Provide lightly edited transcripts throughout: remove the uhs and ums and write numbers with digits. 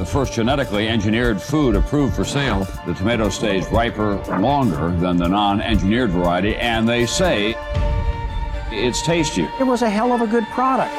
first genetically engineered food approved for sale. The tomato stays riper longer than the non-engineered variety, and they say it's tastier. It was a hell of a good product.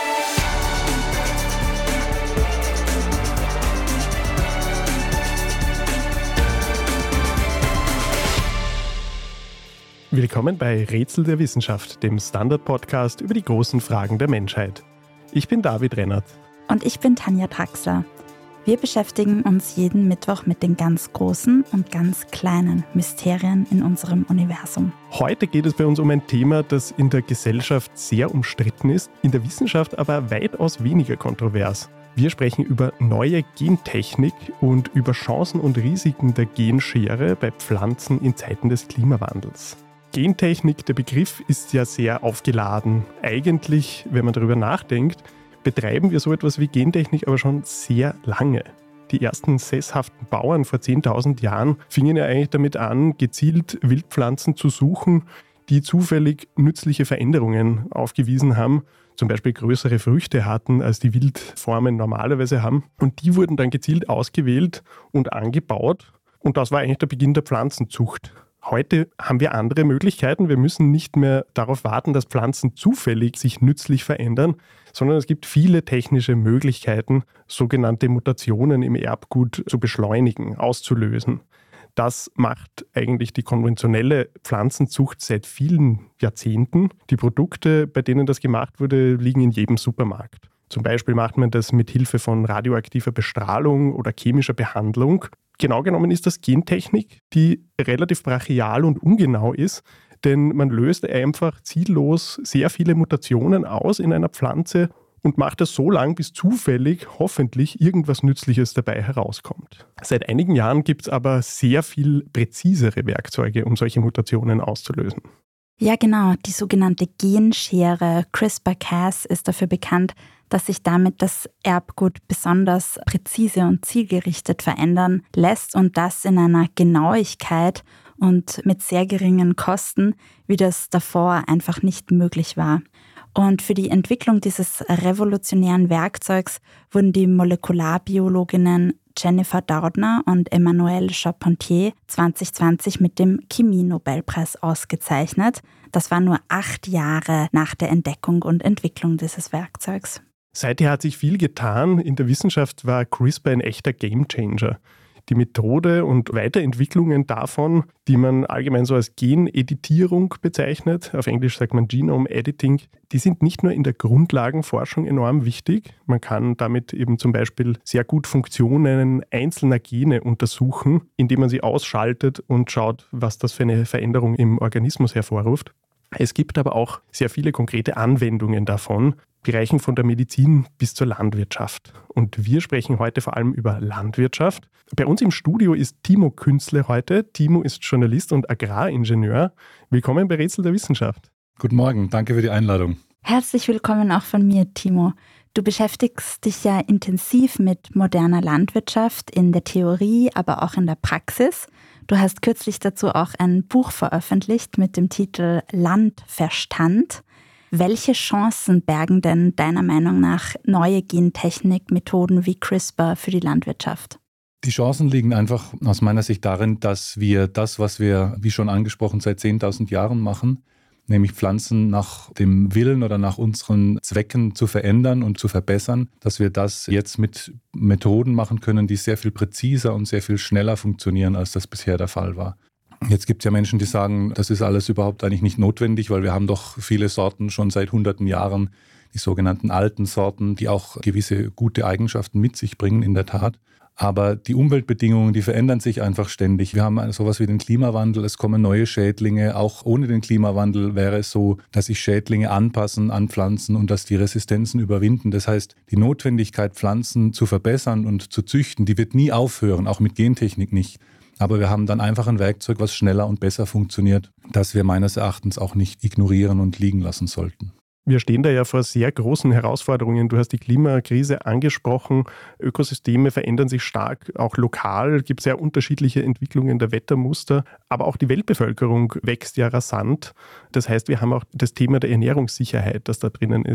Willkommen bei Rätsel der Wissenschaft, dem Standard-Podcast über die großen Fragen der Menschheit. Ich bin David Rennert. Und ich bin Tanja Traxler. Wir beschäftigen uns jeden Mittwoch mit den ganz großen und ganz kleinen Mysterien in unserem Universum. Heute geht es bei uns um ein Thema, das in der Gesellschaft sehr umstritten ist, in der Wissenschaft aber weitaus weniger kontrovers. Wir sprechen über neue Gentechnik und über Chancen und Risiken der Genschere bei Pflanzen in Zeiten des Klimawandels. Gentechnik, der Begriff ist ja sehr aufgeladen. Eigentlich, wenn man darüber nachdenkt, betreiben wir so etwas wie Gentechnik aber schon sehr lange. Die ersten sesshaften Bauern vor 10.000 Jahren fingen ja eigentlich damit an, gezielt Wildpflanzen zu suchen, die zufällig nützliche Veränderungen aufgewiesen haben, zum Beispiel größere Früchte hatten, als die Wildformen normalerweise haben. Und die wurden dann gezielt ausgewählt und angebaut. Und das war eigentlich der Beginn der Pflanzenzucht. Heute haben wir andere Möglichkeiten. Wir müssen nicht mehr darauf warten, dass Pflanzen zufällig sich nützlich verändern, sondern es gibt viele technische Möglichkeiten, sogenannte Mutationen im Erbgut zu beschleunigen, auszulösen. Das macht eigentlich die konventionelle Pflanzenzucht seit vielen Jahrzehnten. Die Produkte, bei denen das gemacht wurde, liegen in jedem Supermarkt. Zum Beispiel macht man das mit Hilfe von radioaktiver Bestrahlung oder chemischer Behandlung. Genau genommen ist das Gentechnik, die relativ brachial und ungenau ist, denn man löst einfach ziellos sehr viele Mutationen aus in einer Pflanze und macht das so lang, bis zufällig hoffentlich irgendwas Nützliches dabei herauskommt. Seit einigen Jahren gibt es aber sehr viel präzisere Werkzeuge, um solche Mutationen auszulösen. Ja, genau. Die sogenannte Genschere CRISPR-Cas ist dafür bekannt, dass sich damit das Erbgut besonders präzise und zielgerichtet verändern lässt und das in einer Genauigkeit und mit sehr geringen Kosten, wie das davor einfach nicht möglich war. Und für die Entwicklung dieses revolutionären Werkzeugs wurden die Molekularbiologinnen Jennifer Doudna und Emmanuelle Charpentier 2020 mit dem Chemie-Nobelpreis ausgezeichnet. Das war nur 8 Jahre nach der Entdeckung und Entwicklung dieses Werkzeugs. Seither hat sich viel getan. In der Wissenschaft war CRISPR ein echter Gamechanger. Die Methode und Weiterentwicklungen davon, die man allgemein so als Geneditierung bezeichnet, auf Englisch sagt man Genome Editing, die sind nicht nur in der Grundlagenforschung enorm wichtig. Man kann damit eben zum Beispiel sehr gut Funktionen einzelner Gene untersuchen, indem man sie ausschaltet und schaut, was das für eine Veränderung im Organismus hervorruft. Es gibt aber auch sehr viele konkrete Anwendungen davon, die reichen von der Medizin bis zur Landwirtschaft. Und wir sprechen heute vor allem über Landwirtschaft. Bei uns im Studio ist Timo Künzle heute. Timo ist Journalist und Agraringenieur. Willkommen bei Rätsel der Wissenschaft. Guten Morgen, danke für die Einladung. Herzlich willkommen auch von mir, Timo. Du beschäftigst dich ja intensiv mit moderner Landwirtschaft in der Theorie, aber auch in der Praxis. Du hast kürzlich dazu auch ein Buch veröffentlicht mit dem Titel Landverstand. Welche Chancen bergen denn deiner Meinung nach neue Gentechnikmethoden wie CRISPR für die Landwirtschaft? Die Chancen liegen einfach aus meiner Sicht darin, dass wir das, was wir, wie schon angesprochen, seit 10.000 Jahren machen, nämlich Pflanzen nach dem Willen oder nach unseren Zwecken zu verändern und zu verbessern, dass wir das jetzt mit Methoden machen können, die sehr viel präziser und sehr viel schneller funktionieren, als das bisher der Fall war. Jetzt gibt es ja Menschen, die sagen, das ist alles überhaupt eigentlich nicht notwendig, weil wir haben doch viele Sorten schon seit hunderten Jahren, die sogenannten alten Sorten, die auch gewisse gute Eigenschaften mit sich bringen, in der Tat. Aber die Umweltbedingungen, die verändern sich einfach ständig. Wir haben sowas wie den Klimawandel, es kommen neue Schädlinge. Auch ohne den Klimawandel wäre es so, dass sich Schädlinge anpassen an Pflanzen und dass die Resistenzen überwinden. Das heißt, die Notwendigkeit, Pflanzen zu verbessern und zu züchten, die wird nie aufhören, auch mit Gentechnik nicht. Aber wir haben dann einfach ein Werkzeug, was schneller und besser funktioniert, das wir meines Erachtens auch nicht ignorieren und liegen lassen sollten. Wir stehen da ja vor sehr großen Herausforderungen. Du hast die Klimakrise angesprochen. Ökosysteme verändern sich stark, auch lokal gibt es sehr unterschiedliche Entwicklungen der Wettermuster. Aber auch die Weltbevölkerung wächst ja rasant. Das heißt, wir haben auch das Thema der Ernährungssicherheit, das da drinnen ist.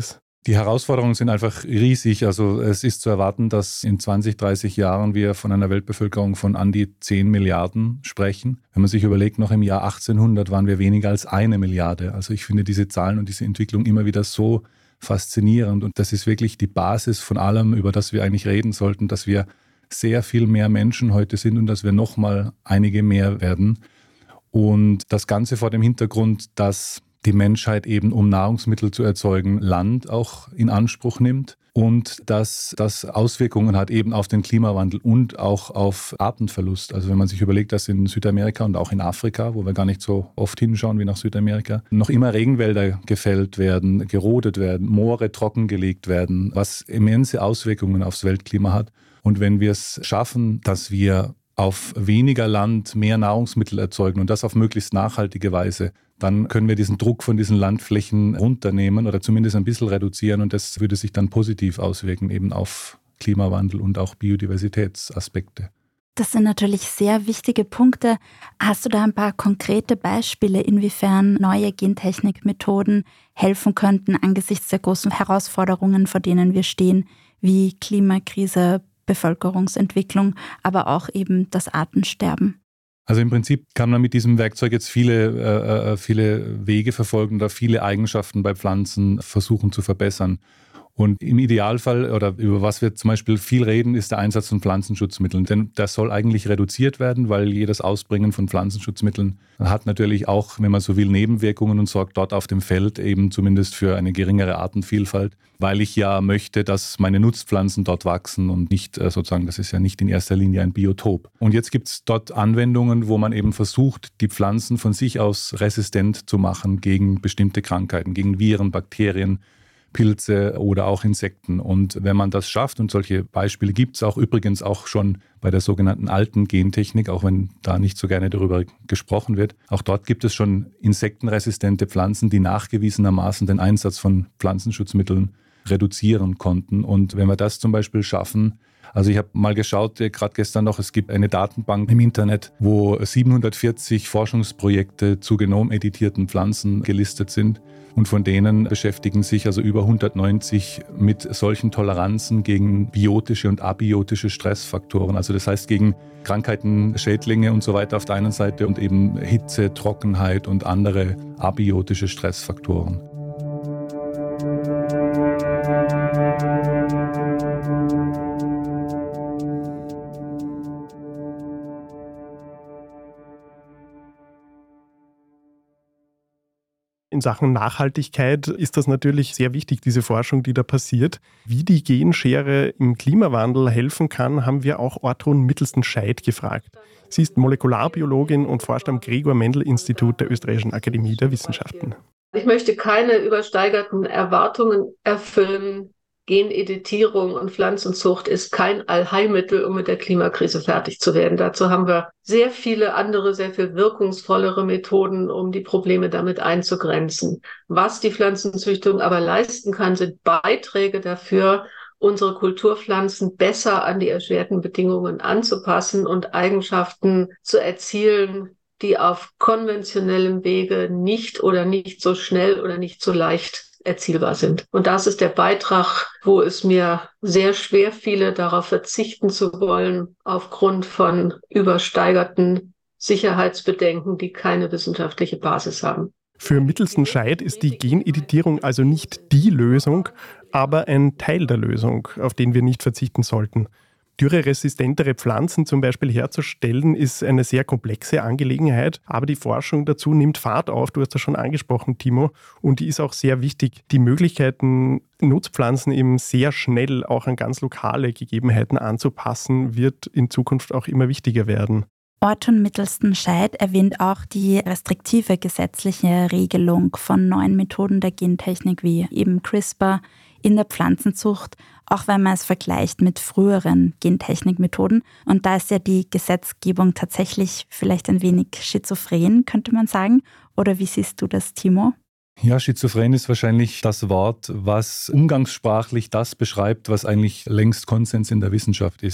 Die Herausforderungen sind einfach riesig. Also es ist zu erwarten, dass in 20, 30 Jahren wir von einer Weltbevölkerung von an die 10 Milliarden sprechen. Wenn man sich überlegt, noch im Jahr 1800 waren wir weniger als 1 Milliarde. Also ich finde diese Zahlen und diese Entwicklung immer wieder so faszinierend. Und das ist wirklich die Basis von allem, über das wir eigentlich reden sollten, dass wir sehr viel mehr Menschen heute sind und dass wir noch mal einige mehr werden. Und das Ganze vor dem Hintergrund, dass die Menschheit eben, um Nahrungsmittel zu erzeugen, Land auch in Anspruch nimmt und dass das Auswirkungen hat eben auf den Klimawandel und auch auf Artenverlust. Also wenn man sich überlegt, dass in Südamerika und auch in Afrika, wo wir gar nicht so oft hinschauen wie nach Südamerika, noch immer Regenwälder gefällt werden, gerodet werden, Moore trockengelegt werden, was immense Auswirkungen aufs Weltklima hat. Und wenn wir es schaffen, dass wir auf weniger Land mehr Nahrungsmittel erzeugen und das auf möglichst nachhaltige Weise, dann können wir diesen Druck von diesen Landflächen runternehmen oder zumindest ein bisschen reduzieren und das würde sich dann positiv auswirken eben auf Klimawandel und auch Biodiversitätsaspekte. Das sind natürlich sehr wichtige Punkte. Hast du da ein paar konkrete Beispiele, inwiefern neue Gentechnikmethoden helfen könnten angesichts der großen Herausforderungen, vor denen wir stehen, wie Klimakrise, Bevölkerungsentwicklung, aber auch eben das Artensterben? Also im Prinzip kann man mit diesem Werkzeug jetzt viele Wege verfolgen oder viele Eigenschaften bei Pflanzen versuchen zu verbessern. Und im Idealfall, oder über was wir zum Beispiel viel reden, ist der Einsatz von Pflanzenschutzmitteln. Denn das soll eigentlich reduziert werden, weil jedes Ausbringen von Pflanzenschutzmitteln hat natürlich auch, wenn man so will, Nebenwirkungen und sorgt dort auf dem Feld eben zumindest für eine geringere Artenvielfalt, weil ich ja möchte, dass meine Nutzpflanzen dort wachsen und nicht sozusagen, das ist ja nicht in erster Linie ein Biotop. Und jetzt gibt es dort Anwendungen, wo man eben versucht, die Pflanzen von sich aus resistent zu machen gegen bestimmte Krankheiten, gegen Viren, Bakterien, Pilze oder auch Insekten. Und wenn man das schafft, und solche Beispiele gibt es auch übrigens auch schon bei der sogenannten alten Gentechnik, auch wenn da nicht so gerne darüber gesprochen wird, auch dort gibt es schon insektenresistente Pflanzen, die nachgewiesenermaßen den Einsatz von Pflanzenschutzmitteln reduzieren konnten. Und wenn wir das zum Beispiel schaffen, also ich habe mal geschaut, gerade gestern noch, es gibt eine Datenbank im Internet, wo 740 Forschungsprojekte zu genomeditierten Pflanzen gelistet sind. Und von denen beschäftigen sich also über 190 mit solchen Toleranzen gegen biotische und abiotische Stressfaktoren. Also das heißt gegen Krankheiten, Schädlinge und so weiter auf der einen Seite und eben Hitze, Trockenheit und andere abiotische Stressfaktoren. In Sachen Nachhaltigkeit ist das natürlich sehr wichtig, diese Forschung, die da passiert. Wie die Genschere im Klimawandel helfen kann, haben wir auch Ortrun Mittelsten-Scheidt gefragt. Sie ist Molekularbiologin und forscht am Gregor-Mendel-Institut der Österreichischen Akademie der Wissenschaften. Ich möchte keine übersteigerten Erwartungen erfüllen. Geneditierung und Pflanzenzucht ist kein Allheilmittel, um mit der Klimakrise fertig zu werden. Dazu haben wir sehr viele andere, sehr viel wirkungsvollere Methoden, um die Probleme damit einzugrenzen. Was die Pflanzenzüchtung aber leisten kann, sind Beiträge dafür, unsere Kulturpflanzen besser an die erschwerten Bedingungen anzupassen und Eigenschaften zu erzielen, die auf konventionellem Wege nicht so schnell oder nicht so leicht erzielbar sind. Und das ist der Beitrag, wo es mir sehr schwer fiel, darauf verzichten zu wollen, aufgrund von übersteigerten Sicherheitsbedenken, die keine wissenschaftliche Basis haben. Für Mittelsten-Scheidt ist die Geneditierung also nicht die Lösung, aber ein Teil der Lösung, auf den wir nicht verzichten sollten. Dürreresistentere Pflanzen zum Beispiel herzustellen, ist eine sehr komplexe Angelegenheit, aber die Forschung dazu nimmt Fahrt auf, du hast das schon angesprochen, Timo, und die ist auch sehr wichtig. Die Möglichkeiten, Nutzpflanzen eben sehr schnell auch an ganz lokale Gegebenheiten anzupassen, wird in Zukunft auch immer wichtiger werden. Ortrun Mittelsten-Scheidt erwähnt auch die restriktive gesetzliche Regelung von neuen Methoden der Gentechnik wie eben CRISPR in der Pflanzenzucht, auch wenn man es vergleicht mit früheren Gentechnikmethoden. Und da ist ja die Gesetzgebung tatsächlich vielleicht ein wenig schizophren, könnte man sagen. Oder wie siehst du das, Timo? Ja, schizophren ist wahrscheinlich das Wort, was umgangssprachlich das beschreibt, was eigentlich längst Konsens in der Wissenschaft ist.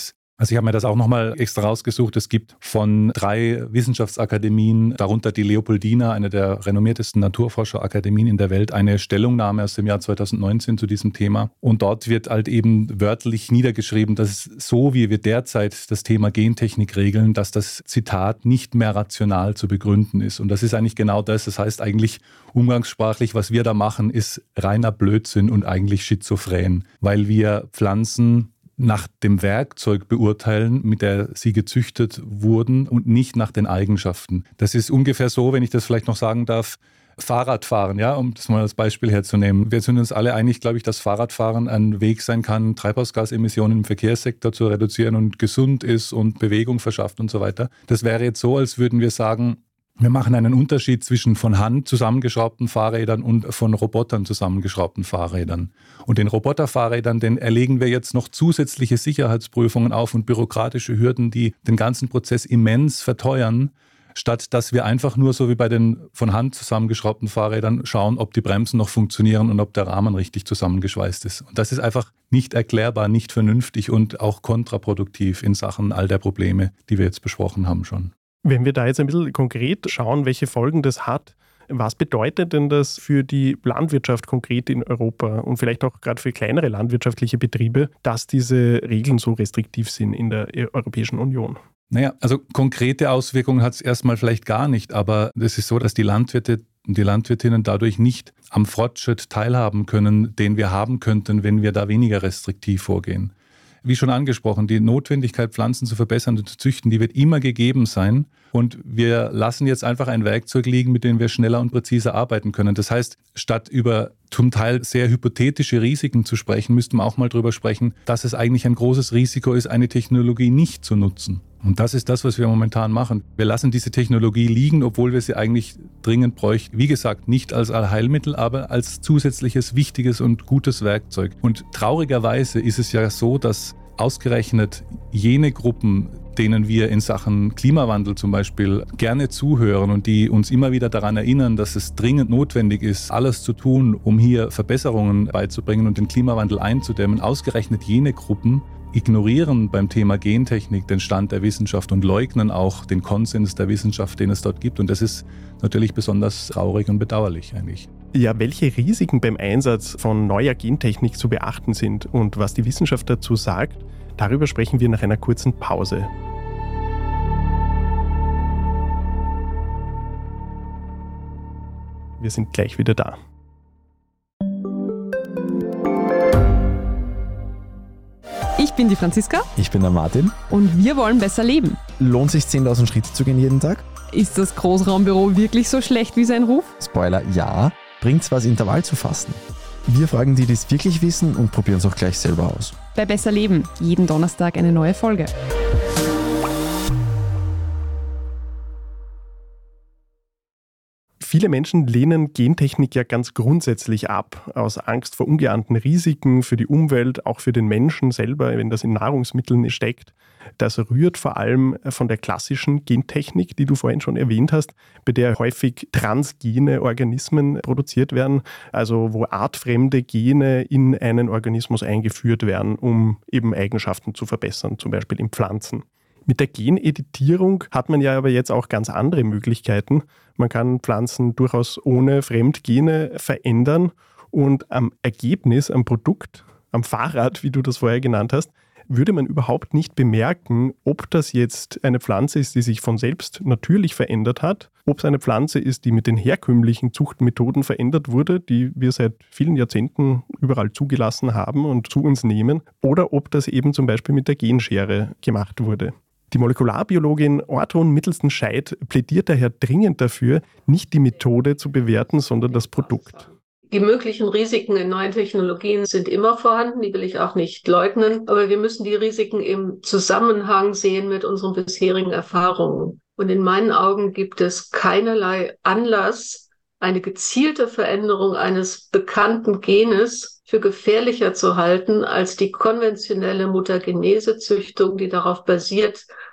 Also ich habe mir das auch nochmal extra rausgesucht. Es gibt von 3 Wissenschaftsakademien, darunter die Leopoldina, eine der renommiertesten Naturforscherakademien in der Welt, eine Stellungnahme aus dem Jahr 2019 zu diesem Thema. Und dort wird halt eben wörtlich niedergeschrieben, dass so wie wir derzeit das Thema Gentechnik regeln, dass das Zitat nicht mehr rational zu begründen ist. Und das ist eigentlich genau das. Das heißt eigentlich umgangssprachlich, was wir da machen, ist reiner Blödsinn und eigentlich schizophren, weil wir Pflanzen nach dem Werkzeug beurteilen, mit der sie gezüchtet wurden und nicht nach den Eigenschaften. Das ist ungefähr so, wenn ich das vielleicht noch sagen darf, Fahrradfahren, ja, um das mal als Beispiel herzunehmen. Wir sind uns alle einig, glaube ich, dass Fahrradfahren ein Weg sein kann, Treibhausgasemissionen im Verkehrssektor zu reduzieren und gesund ist und Bewegung verschafft und so weiter. Das wäre jetzt so, als würden wir sagen, wir machen einen Unterschied zwischen von Hand zusammengeschraubten Fahrrädern und von Robotern zusammengeschraubten Fahrrädern. Und den Roboterfahrrädern, den erlegen wir jetzt noch zusätzliche Sicherheitsprüfungen auf und bürokratische Hürden, die den ganzen Prozess immens verteuern, statt dass wir einfach nur so wie bei den von Hand zusammengeschraubten Fahrrädern schauen, ob die Bremsen noch funktionieren und ob der Rahmen richtig zusammengeschweißt ist. Und das ist einfach nicht erklärbar, nicht vernünftig und auch kontraproduktiv in Sachen all der Probleme, die wir jetzt besprochen haben schon. Wenn wir da jetzt ein bisschen konkret schauen, welche Folgen das hat, was bedeutet denn das für die Landwirtschaft konkret in Europa und vielleicht auch gerade für kleinere landwirtschaftliche Betriebe, dass diese Regeln so restriktiv sind in der Europäischen Union? Naja, also konkrete Auswirkungen hat es erstmal vielleicht gar nicht, aber es ist so, dass die Landwirte und die Landwirtinnen dadurch nicht am Fortschritt teilhaben können, den wir haben könnten, wenn wir da weniger restriktiv vorgehen. Wie schon angesprochen, die Notwendigkeit, Pflanzen zu verbessern und zu züchten, die wird immer gegeben sein. Und wir lassen jetzt einfach ein Werkzeug liegen, mit dem wir schneller und präziser arbeiten können. Das heißt, statt über zum Teil sehr hypothetische Risiken zu sprechen, müssten wir auch mal darüber sprechen, dass es eigentlich ein großes Risiko ist, eine Technologie nicht zu nutzen. Und das ist das, was wir momentan machen. Wir lassen diese Technologie liegen, obwohl wir sie eigentlich dringend bräuchten. Wie gesagt, nicht als Allheilmittel, aber als zusätzliches, wichtiges und gutes Werkzeug. Und traurigerweise ist es ja so, dass ausgerechnet jene Gruppen, denen wir in Sachen Klimawandel zum Beispiel gerne zuhören und die uns immer wieder daran erinnern, dass es dringend notwendig ist, alles zu tun, um hier Verbesserungen beizubringen und den Klimawandel einzudämmen, ausgerechnet jene Gruppen ignorieren beim Thema Gentechnik den Stand der Wissenschaft und leugnen auch den Konsens der Wissenschaft, den es dort gibt. Und das ist natürlich besonders traurig und bedauerlich eigentlich. Ja, welche Risiken beim Einsatz von neuer Gentechnik zu beachten sind und was die Wissenschaft dazu sagt, darüber sprechen wir nach einer kurzen Pause. Wir sind gleich wieder da. Ich bin die Franziska. Ich bin der Martin. Und wir wollen besser leben. Lohnt sich 10.000 Schritte zu gehen jeden Tag? Ist das Großraumbüro wirklich so schlecht wie sein Ruf? Spoiler, ja. Bringt's was, Intervall zu fasten? Wir fragen die es wirklich wissen und probieren es auch gleich selber aus. Bei Besser Leben, jeden Donnerstag eine neue Folge. Viele Menschen lehnen Gentechnik ja ganz grundsätzlich ab, aus Angst vor ungeahnten Risiken für die Umwelt, auch für den Menschen selber, wenn das in Nahrungsmitteln steckt. Das rührt vor allem von der klassischen Gentechnik, die du vorhin schon erwähnt hast, bei der häufig transgene Organismen produziert werden, also wo artfremde Gene in einen Organismus eingeführt werden, um eben Eigenschaften zu verbessern, zum Beispiel in Pflanzen. Mit der Geneditierung hat man ja aber jetzt auch ganz andere Möglichkeiten. Man kann Pflanzen durchaus ohne Fremdgene verändern und am Ergebnis, am Produkt, am Fahrrad, wie du das vorher genannt hast, würde man überhaupt nicht bemerken, ob das jetzt eine Pflanze ist, die sich von selbst natürlich verändert hat, ob es eine Pflanze ist, die mit den herkömmlichen Zuchtmethoden verändert wurde, die wir seit vielen Jahrzehnten überall zugelassen haben und zu uns nehmen, oder ob das eben zum Beispiel mit der Genschere gemacht wurde. Die Molekularbiologin Ortrun Mittelsten-Scheid plädiert daher dringend dafür, nicht die Methode zu bewerten, sondern das Produkt. Die möglichen Risiken in neuen Technologien sind immer vorhanden, die will ich auch nicht leugnen, aber wir müssen die Risiken im Zusammenhang sehen mit unseren bisherigen Erfahrungen. Und in meinen Augen gibt es keinerlei Anlass, eine gezielte Veränderung eines bekannten Genes für gefährlicher zu halten als die konventionelle Mutagenese-Züchtung, die darauf basiert,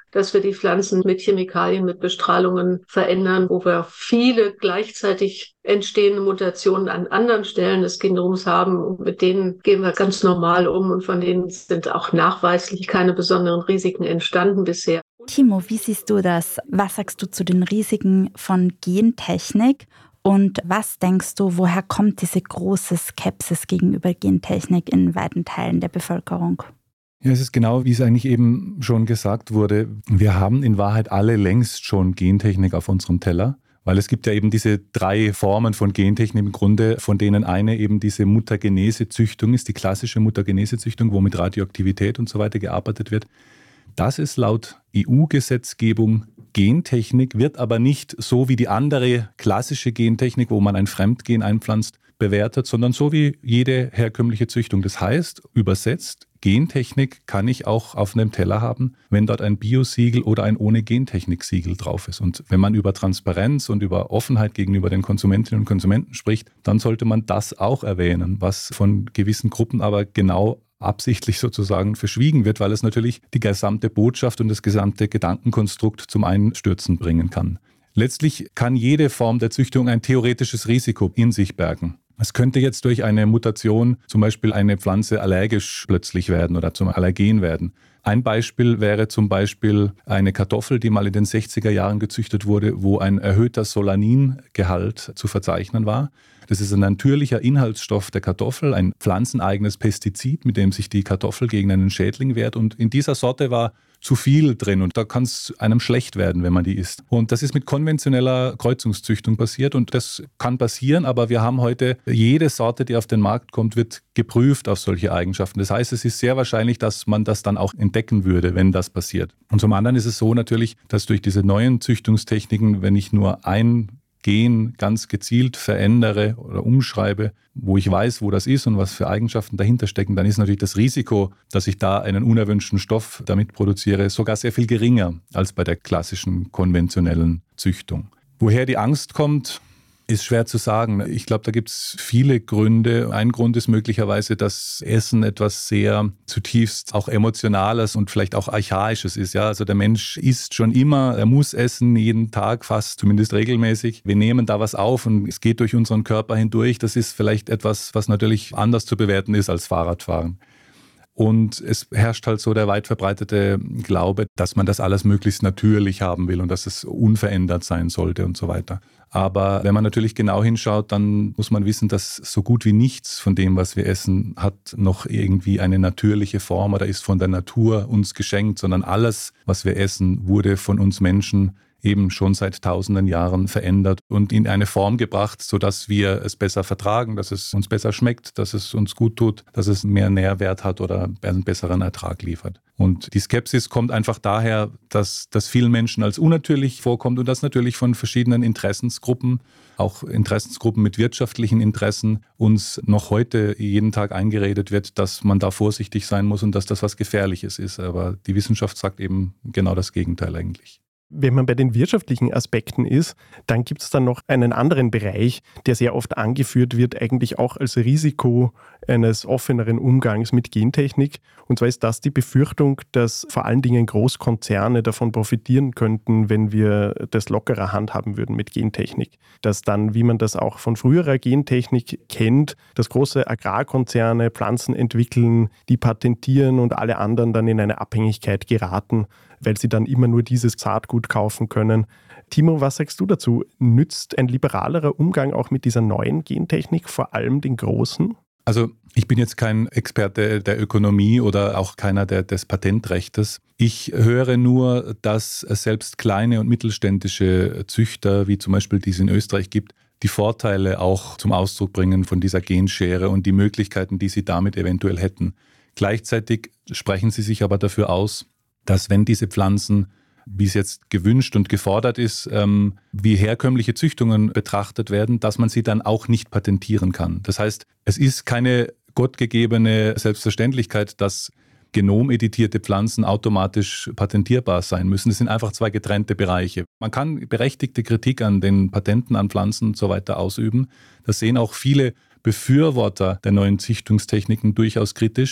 dass wir die Pflanzen mit Chemikalien, mit Bestrahlungen verändern, wo wir viele gleichzeitig entstehende Mutationen an anderen Stellen des Genoms haben. Und mit denen gehen wir ganz normal um und von denen sind auch nachweislich keine besonderen Risiken entstanden bisher. Timo, wie siehst du das? Was sagst du zu den Risiken von Gentechnik? Und was denkst du, woher kommt diese große Skepsis gegenüber Gentechnik in weiten Teilen der Bevölkerung? Ja, es ist genau, wie es eigentlich eben schon gesagt wurde. Wir haben in Wahrheit alle längst schon Gentechnik auf unserem Teller, weil es gibt ja eben diese 3 Formen von Gentechnik im Grunde, von denen eine eben diese Mutagenese-Züchtung ist, die klassische Mutagenese-Züchtung, wo mit Radioaktivität und so weiter gearbeitet wird. Das ist laut EU-Gesetzgebung Gentechnik, wird aber nicht so wie die andere klassische Gentechnik, wo man ein Fremdgen einpflanzt, bewertet, sondern so wie jede herkömmliche Züchtung. Das heißt, übersetzt, Gentechnik kann ich auch auf einem Teller haben, wenn dort ein Biosiegel oder ein Ohne-Gentechnik-Siegel drauf ist. Und wenn man über Transparenz und über Offenheit gegenüber den Konsumentinnen und Konsumenten spricht, dann sollte man das auch erwähnen, was von gewissen Gruppen aber genau absichtlich sozusagen verschwiegen wird, weil es natürlich die gesamte Botschaft und das gesamte Gedankenkonstrukt zum Einstürzen bringen kann. Letztlich kann jede Form der Züchtung ein theoretisches Risiko in sich bergen. Es könnte jetzt durch eine Mutation zum Beispiel eine Pflanze allergisch plötzlich werden oder zum Allergen werden. Ein Beispiel wäre zum Beispiel eine Kartoffel, die mal in den 60er Jahren gezüchtet wurde, wo ein erhöhter Solanin-Gehalt zu verzeichnen war. Das ist ein natürlicher Inhaltsstoff der Kartoffel, ein pflanzeneigenes Pestizid, mit dem sich die Kartoffel gegen einen Schädling wehrt. Und in dieser Sorte war zu viel drin und da kann es einem schlecht werden, wenn man die isst. Und das ist mit konventioneller Kreuzungszüchtung passiert und das kann passieren, aber wir haben heute, jede Sorte, die auf den Markt kommt, wird geprüft auf solche Eigenschaften. Das heißt, es ist sehr wahrscheinlich, dass man das dann auch entdecken würde, wenn das passiert. Und zum anderen ist es so natürlich, dass durch diese neuen Züchtungstechniken, wenn ich nur ein Gen ganz gezielt verändere oder umschreibe, wo ich weiß, wo das ist und was für Eigenschaften dahinter stecken, dann ist natürlich das Risiko, dass ich da einen unerwünschten Stoff damit produziere, sogar sehr viel geringer als bei der klassischen konventionellen Züchtung. Woher die Angst kommt, ist schwer zu sagen. Ich glaube, da gibt es viele Gründe. Ein Grund ist möglicherweise, dass Essen etwas sehr zutiefst auch Emotionales und vielleicht auch Archaisches ist. Ja? Also der Mensch isst schon immer, er muss essen, jeden Tag fast, zumindest regelmäßig. Wir nehmen da was auf und es geht durch unseren Körper hindurch. Das ist vielleicht etwas, was natürlich anders zu bewerten ist als Fahrradfahren. Und es herrscht halt so der weit verbreitete Glaube, dass man das alles möglichst natürlich haben will und dass es unverändert sein sollte und so weiter. Aber wenn man natürlich genau hinschaut, dann muss man wissen, dass so gut wie nichts von dem, was wir essen, hat noch irgendwie eine natürliche Form oder ist von der Natur uns geschenkt, sondern alles, was wir essen, wurde von uns Menschen eben schon seit tausenden Jahren verändert und in eine Form gebracht, sodass wir es besser vertragen, dass es uns besser schmeckt, dass es uns gut tut, dass es mehr Nährwert hat oder einen besseren Ertrag liefert. Und die Skepsis kommt einfach daher, dass das vielen Menschen als unnatürlich vorkommt und das natürlich von verschiedenen Interessensgruppen, auch Interessensgruppen mit wirtschaftlichen Interessen, uns noch heute jeden Tag eingeredet wird, dass man da vorsichtig sein muss und dass das was Gefährliches ist. Aber die Wissenschaft sagt eben genau das Gegenteil eigentlich. Wenn man bei den wirtschaftlichen Aspekten ist, dann gibt es dann noch einen anderen Bereich, der sehr oft angeführt wird, eigentlich auch als Risiko eines offeneren Umgangs mit Gentechnik. Und zwar ist das die Befürchtung, dass vor allen Dingen Großkonzerne davon profitieren könnten, wenn wir das lockerer handhaben würden mit Gentechnik. Dass dann, wie man das auch von früherer Gentechnik kennt, dass große Agrarkonzerne Pflanzen entwickeln, die patentieren und alle anderen dann in eine Abhängigkeit geraten, weil sie dann immer nur dieses Saatgut kaufen können. Timo, was sagst du dazu? Nützt ein liberalerer Umgang auch mit dieser neuen Gentechnik vor allem den Großen? Also ich bin jetzt kein Experte der Ökonomie oder auch keiner des Patentrechtes. Ich höre nur, dass selbst kleine und mittelständische Züchter, wie zum Beispiel die es in Österreich gibt, die Vorteile auch zum Ausdruck bringen von dieser Genschere und die Möglichkeiten, die sie damit eventuell hätten. Gleichzeitig sprechen sie sich aber dafür aus, dass wenn diese Pflanzen, wie es jetzt gewünscht und gefordert ist, wie herkömmliche Züchtungen betrachtet werden, dass man sie dann auch nicht patentieren kann. Das heißt, es ist keine gottgegebene Selbstverständlichkeit, dass genomeditierte Pflanzen automatisch patentierbar sein müssen. Es sind einfach 2 getrennte Bereiche. Man kann berechtigte Kritik an den Patenten an Pflanzen und so weiter ausüben. Das sehen auch viele Befürworter der neuen Züchtungstechniken durchaus kritisch.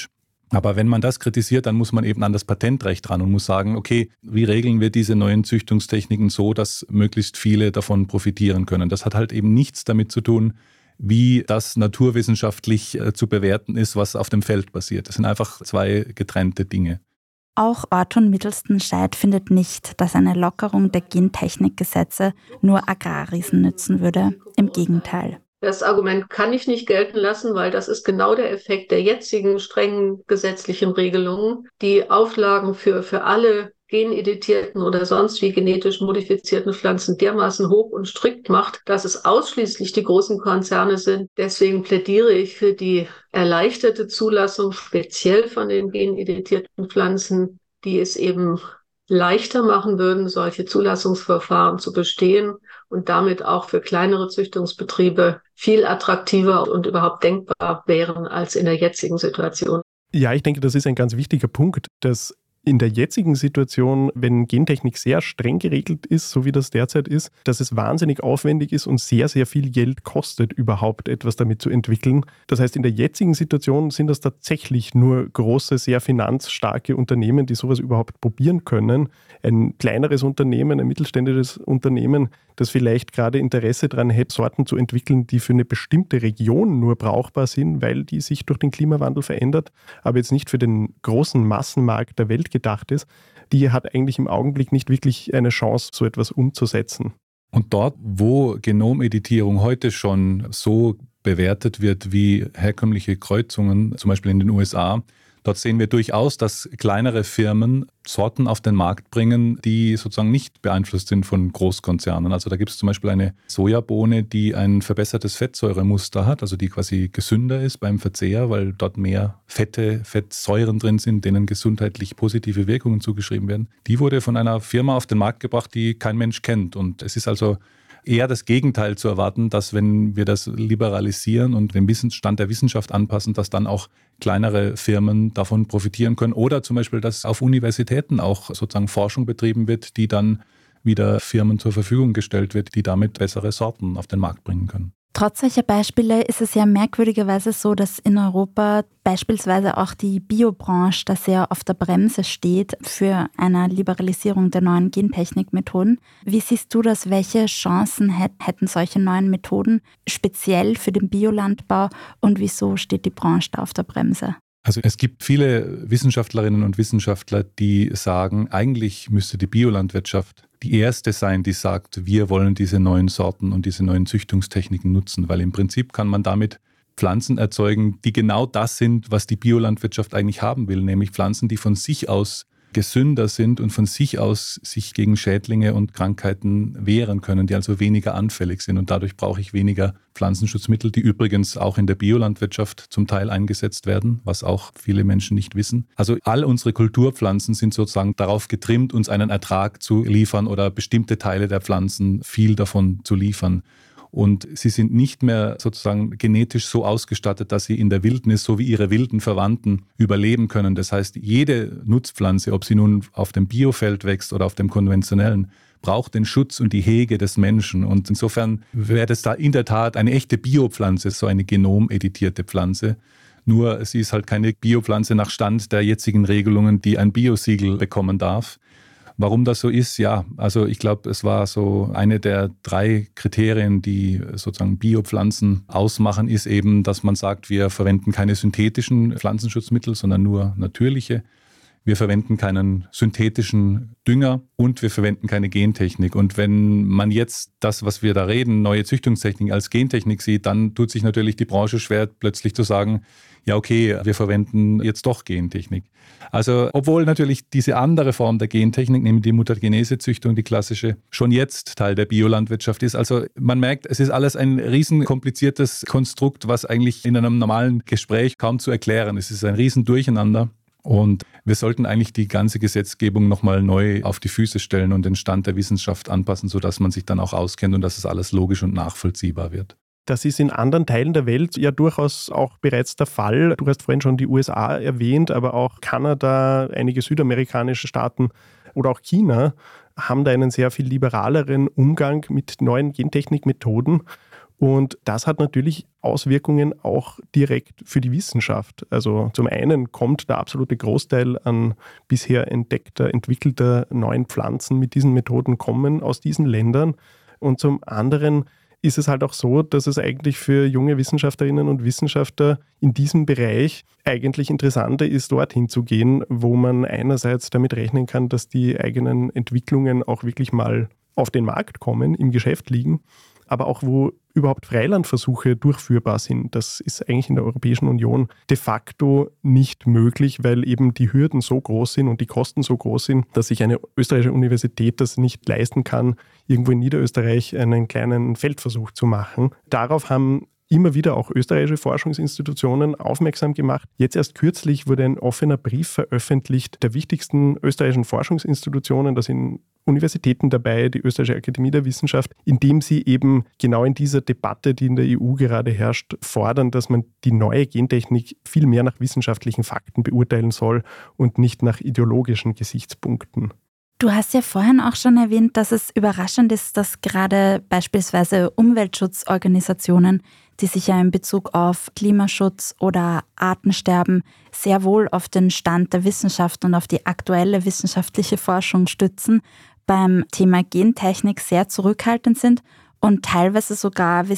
Aber wenn man das kritisiert, dann muss man eben an das Patentrecht ran und muss sagen, okay, wie regeln wir diese neuen Züchtungstechniken so, dass möglichst viele davon profitieren können. Das hat halt eben nichts damit zu tun, wie das naturwissenschaftlich zu bewerten ist, was auf dem Feld passiert. Das sind einfach zwei getrennte Dinge. Auch Orton Mittelsten-Scheid findet nicht, dass eine Lockerung der Gentechnikgesetze nur Agrarriesen nützen würde. Im Gegenteil. Das Argument kann ich nicht gelten lassen, weil das ist genau der Effekt der jetzigen strengen gesetzlichen Regelungen. Die Auflagen für alle geneditierten oder sonst wie genetisch modifizierten Pflanzen dermaßen hoch und strikt macht, dass es ausschließlich die großen Konzerne sind. Deswegen plädiere ich für die erleichterte Zulassung speziell von den geneditierten Pflanzen, die es eben leichter machen würden, solche Zulassungsverfahren zu bestehen und damit auch für kleinere Züchtungsbetriebe viel attraktiver und überhaupt denkbar wären als in der jetzigen Situation. Ja, ich denke, das ist ein ganz wichtiger Punkt, dass in der jetzigen Situation, wenn Gentechnik sehr streng geregelt ist, so wie das derzeit ist, dass es wahnsinnig aufwendig ist und sehr, sehr viel Geld kostet, überhaupt etwas damit zu entwickeln. Das heißt, in der jetzigen Situation sind das tatsächlich nur große, sehr finanzstarke Unternehmen, die sowas überhaupt probieren können. Ein kleineres Unternehmen, ein mittelständisches Unternehmen, das vielleicht gerade Interesse daran hätte, Sorten zu entwickeln, die für eine bestimmte Region nur brauchbar sind, weil die sich durch den Klimawandel verändert, aber jetzt nicht für den großen Massenmarkt der Welt gedacht ist, die hat eigentlich im Augenblick nicht wirklich eine Chance, so etwas umzusetzen. Und dort, wo Genomeditierung heute schon so bewertet wird wie herkömmliche Kreuzungen, zum Beispiel in den USA, dort sehen wir durchaus, dass kleinere Firmen Sorten auf den Markt bringen, die sozusagen nicht beeinflusst sind von Großkonzernen. Also da gibt es zum Beispiel eine Sojabohne, die ein verbessertes Fettsäuremuster hat, also die quasi gesünder ist beim Verzehr, weil dort mehr Fettsäuren drin sind, denen gesundheitlich positive Wirkungen zugeschrieben werden. Die wurde von einer Firma auf den Markt gebracht, die kein Mensch kennt. Und es ist also eher das Gegenteil zu erwarten, dass wenn wir das liberalisieren und den Wissensstand der Wissenschaft anpassen, dass dann auch kleinere Firmen davon profitieren können oder zum Beispiel, dass auf Universitäten auch sozusagen Forschung betrieben wird, die dann wieder Firmen zur Verfügung gestellt wird, die damit bessere Sorten auf den Markt bringen können. Trotz solcher Beispiele ist es ja merkwürdigerweise so, dass in Europa beispielsweise auch die Biobranche da sehr auf der Bremse steht für eine Liberalisierung der neuen Gentechnikmethoden. Wie siehst du das? Welche Chancen hätten solche neuen Methoden speziell für den Biolandbau und wieso steht die Branche da auf der Bremse? Also es gibt viele Wissenschaftlerinnen und Wissenschaftler, die sagen, eigentlich müsste die Biolandwirtschaft die erste sein, die sagt, wir wollen diese neuen Sorten und diese neuen Züchtungstechniken nutzen, weil im Prinzip kann man damit Pflanzen erzeugen, die genau das sind, was die Biolandwirtschaft eigentlich haben will, nämlich Pflanzen, die von sich aus gesünder sind und von sich aus sich gegen Schädlinge und Krankheiten wehren können, die also weniger anfällig sind. Und dadurch brauche ich weniger Pflanzenschutzmittel, die übrigens auch in der Biolandwirtschaft zum Teil eingesetzt werden, was auch viele Menschen nicht wissen. Also all unsere Kulturpflanzen sind sozusagen darauf getrimmt, uns einen Ertrag zu liefern oder bestimmte Teile der Pflanzen, viel davon zu liefern. Und sie sind nicht mehr sozusagen genetisch so ausgestattet, dass sie in der Wildnis, so wie ihre wilden Verwandten, überleben können. Das heißt, jede Nutzpflanze, ob sie nun auf dem Biofeld wächst oder auf dem konventionellen, braucht den Schutz und die Hege des Menschen. Und insofern wäre das da in der Tat eine echte Biopflanze, so eine genomeditierte Pflanze. Nur sie ist halt keine Biopflanze nach Stand der jetzigen Regelungen, die ein Biosiegel bekommen darf. Warum das so ist, ja, also ich glaube, es war so eine der 3 Kriterien, die sozusagen Biopflanzen ausmachen, ist eben, dass man sagt, wir verwenden keine synthetischen Pflanzenschutzmittel, sondern nur natürliche. Wir verwenden keinen synthetischen Dünger und wir verwenden keine Gentechnik. Und wenn man jetzt das, was wir da reden, neue Züchtungstechnik als Gentechnik sieht, dann tut sich natürlich die Branche schwer, plötzlich zu sagen, ja okay, wir verwenden jetzt doch Gentechnik. Also obwohl natürlich diese andere Form der Gentechnik, nämlich die Mutagenese-Züchtung, die klassische, schon jetzt Teil der Biolandwirtschaft ist. Also man merkt, es ist alles ein riesen kompliziertes Konstrukt, was eigentlich in einem normalen Gespräch kaum zu erklären ist. Es ist ein riesen Durcheinander. Und wir sollten eigentlich die ganze Gesetzgebung nochmal neu auf die Füße stellen und den Stand der Wissenschaft anpassen, sodass man sich dann auch auskennt und dass es alles logisch und nachvollziehbar wird. Das ist in anderen Teilen der Welt ja durchaus auch bereits der Fall. Du hast vorhin schon die USA erwähnt, aber auch Kanada, einige südamerikanische Staaten oder auch China haben da einen sehr viel liberaleren Umgang mit neuen Gentechnikmethoden. Und das hat natürlich Auswirkungen auch direkt für die Wissenschaft. Also zum einen kommt der absolute Großteil an bisher entwickelter neuen Pflanzen mit diesen Methoden kommen aus diesen Ländern. Und zum anderen ist es halt auch so, dass es eigentlich für junge Wissenschaftlerinnen und Wissenschaftler in diesem Bereich eigentlich interessanter ist, dorthin zu gehen, wo man einerseits damit rechnen kann, dass die eigenen Entwicklungen auch wirklich mal auf den Markt kommen, im Geschäft liegen, aber auch wo überhaupt Freilandversuche durchführbar sind. Das ist eigentlich in der Europäischen Union de facto nicht möglich, weil eben die Hürden so groß sind und die Kosten so groß sind, dass sich eine österreichische Universität das nicht leisten kann, irgendwo in Niederösterreich einen kleinen Feldversuch zu machen. Darauf haben immer wieder auch österreichische Forschungsinstitutionen aufmerksam gemacht. Jetzt erst kürzlich wurde ein offener Brief veröffentlicht der wichtigsten österreichischen Forschungsinstitutionen, da sind Universitäten dabei, die Österreichische Akademie der Wissenschaft, in dem sie eben genau in dieser Debatte, die in der EU gerade herrscht, fordern, dass man die neue Gentechnik viel mehr nach wissenschaftlichen Fakten beurteilen soll und nicht nach ideologischen Gesichtspunkten. Du hast ja vorhin auch schon erwähnt, dass es überraschend ist, dass gerade beispielsweise Umweltschutzorganisationen, die sich ja in Bezug auf Klimaschutz oder Artensterben sehr wohl auf den Stand der Wissenschaft und auf die aktuelle wissenschaftliche Forschung stützen, beim Thema Gentechnik sehr zurückhaltend sind und teilweise sogar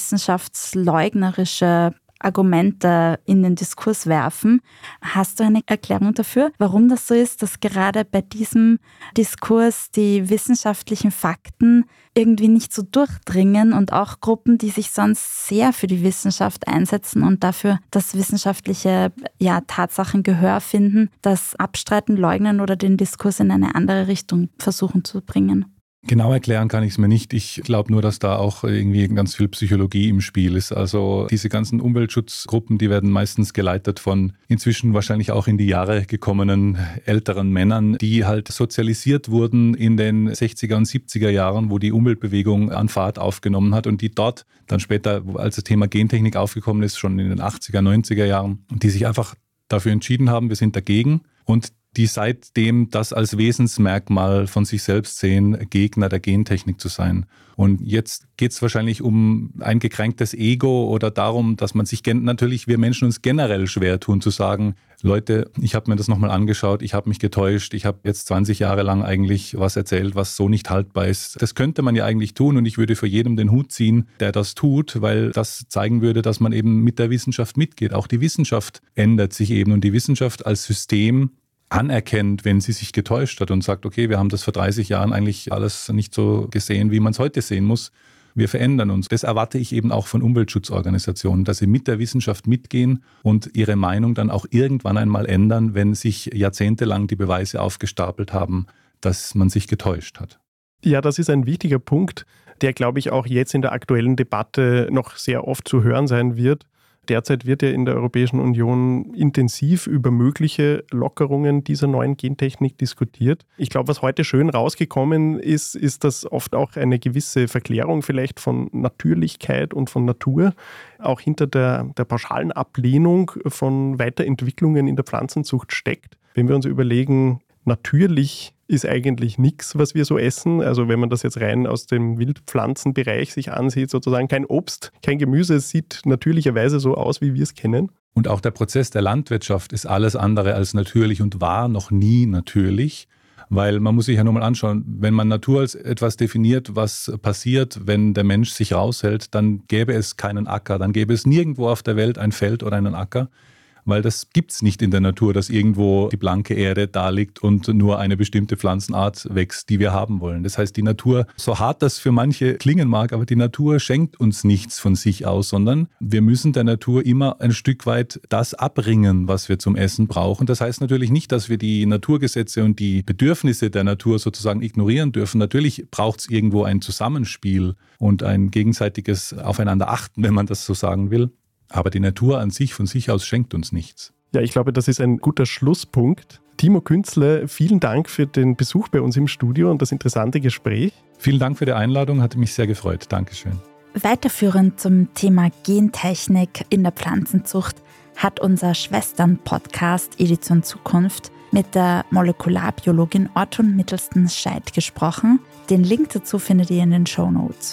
wissenschaftsleugnerische Argumente in den Diskurs werfen. Hast du eine Erklärung dafür, warum das so ist, dass gerade bei diesem Diskurs die wissenschaftlichen Fakten irgendwie nicht so durchdringen und auch Gruppen, die sich sonst sehr für die Wissenschaft einsetzen und dafür, dass wissenschaftliche Tatsachen Gehör finden, das abstreiten, leugnen oder den Diskurs in eine andere Richtung versuchen zu bringen? Genau erklären kann ich es mir nicht. Ich glaube nur, dass da auch irgendwie ganz viel Psychologie im Spiel ist. Also diese ganzen Umweltschutzgruppen, die werden meistens geleitet von inzwischen wahrscheinlich auch in die Jahre gekommenen älteren Männern, die halt sozialisiert wurden in den 60er und 70er Jahren, wo die Umweltbewegung an Fahrt aufgenommen hat und die dort dann später, als das Thema Gentechnik aufgekommen ist, schon in den 80er, 90er Jahren, die sich einfach dafür entschieden haben, wir sind dagegen und die seitdem das als Wesensmerkmal von sich selbst sehen, Gegner der Gentechnik zu sein. Und jetzt geht es wahrscheinlich um ein gekränktes Ego oder darum, dass man sich natürlich, wir Menschen uns generell schwer tun zu sagen, Leute, ich habe mir das nochmal angeschaut, ich habe mich getäuscht, ich habe jetzt 20 Jahre lang eigentlich was erzählt, was so nicht haltbar ist. Das könnte man ja eigentlich tun und ich würde vor jedem den Hut ziehen, der das tut, weil das zeigen würde, dass man eben mit der Wissenschaft mitgeht. Auch die Wissenschaft ändert sich eben und die Wissenschaft als System anerkennt, wenn sie sich getäuscht hat und sagt, okay, wir haben das vor 30 Jahren eigentlich alles nicht so gesehen, wie man es heute sehen muss. Wir verändern uns. Das erwarte ich eben auch von Umweltschutzorganisationen, dass sie mit der Wissenschaft mitgehen und ihre Meinung dann auch irgendwann einmal ändern, wenn sich jahrzehntelang die Beweise aufgestapelt haben, dass man sich getäuscht hat. Ja, das ist ein wichtiger Punkt, der, glaube ich, auch jetzt in der aktuellen Debatte noch sehr oft zu hören sein wird. Derzeit wird ja in der Europäischen Union intensiv über mögliche Lockerungen dieser neuen Gentechnik diskutiert. Ich glaube, was heute schön rausgekommen ist, ist, dass oft auch eine gewisse Verklärung vielleicht von Natürlichkeit und von Natur auch hinter der pauschalen Ablehnung von Weiterentwicklungen in der Pflanzenzucht steckt. Wenn wir uns überlegen, natürlich ist eigentlich nichts, was wir so essen. Also wenn man das jetzt rein aus dem Wildpflanzenbereich sich ansieht, sozusagen kein Obst, kein Gemüse, es sieht natürlicherweise so aus, wie wir es kennen. Und auch der Prozess der Landwirtschaft ist alles andere als natürlich und war noch nie natürlich. Weil man muss sich ja nur mal anschauen, wenn man Natur als etwas definiert, was passiert, wenn der Mensch sich raushält, dann gäbe es keinen Acker, dann gäbe es nirgendwo auf der Welt ein Feld oder einen Acker. Weil das gibt es nicht in der Natur, dass irgendwo die blanke Erde da liegt und nur eine bestimmte Pflanzenart wächst, die wir haben wollen. Das heißt, die Natur, so hart das für manche klingen mag, aber die Natur schenkt uns nichts von sich aus, sondern wir müssen der Natur immer ein Stück weit das abringen, was wir zum Essen brauchen. Das heißt natürlich nicht, dass wir die Naturgesetze und die Bedürfnisse der Natur sozusagen ignorieren dürfen. Natürlich braucht es irgendwo ein Zusammenspiel und ein gegenseitiges Aufeinanderachten, wenn man das so sagen will. Aber die Natur an sich, von sich aus, schenkt uns nichts. Ja, ich glaube, das ist ein guter Schlusspunkt. Timo Künzle, vielen Dank für den Besuch bei uns im Studio und das interessante Gespräch. Vielen Dank für die Einladung, hatte mich sehr gefreut. Dankeschön. Weiterführend zum Thema Gentechnik in der Pflanzenzucht hat unser Schwestern-Podcast Edition Zukunft mit der Molekularbiologin Ortun Mittelsten-Scheidt gesprochen. Den Link dazu findet ihr in den Shownotes.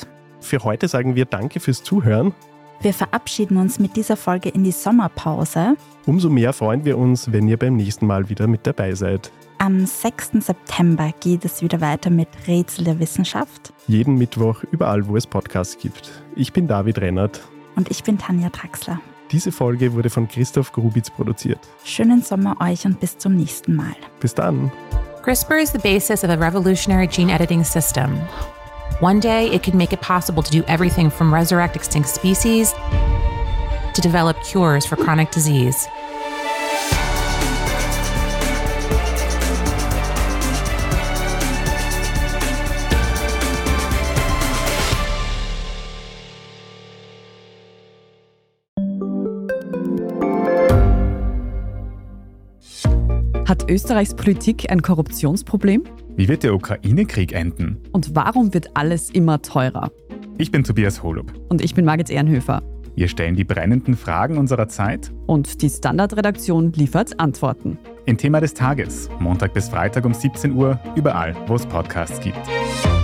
für heute sagen wir Danke fürs Zuhören. Wir verabschieden uns mit dieser Folge in die Sommerpause. Umso mehr freuen wir uns, wenn ihr beim nächsten Mal wieder mit dabei seid. Am 6. September geht es wieder weiter mit Rätsel der Wissenschaft. Jeden Mittwoch überall, wo es Podcasts gibt. Ich bin David Rennert. Und ich bin Tanja Traxler. Diese Folge wurde von Christoph Grubitz produziert. Schönen Sommer euch und bis zum nächsten Mal. Bis dann. CRISPR is the basis of a revolutionary gene editing system. One day, it could make it possible to do everything from resurrect extinct species to develop cures for chronic disease. Hat Österreichs Politik ein Korruptionsproblem? Wie wird der Ukraine-Krieg enden? Und warum wird alles immer teurer? Ich bin Tobias Holub. Und ich bin Margit Ehrenhöfer. Wir stellen die brennenden Fragen unserer Zeit. Und die Standardredaktion liefert Antworten. In Thema des Tages, Montag bis Freitag um 17 Uhr, überall, wo es Podcasts gibt.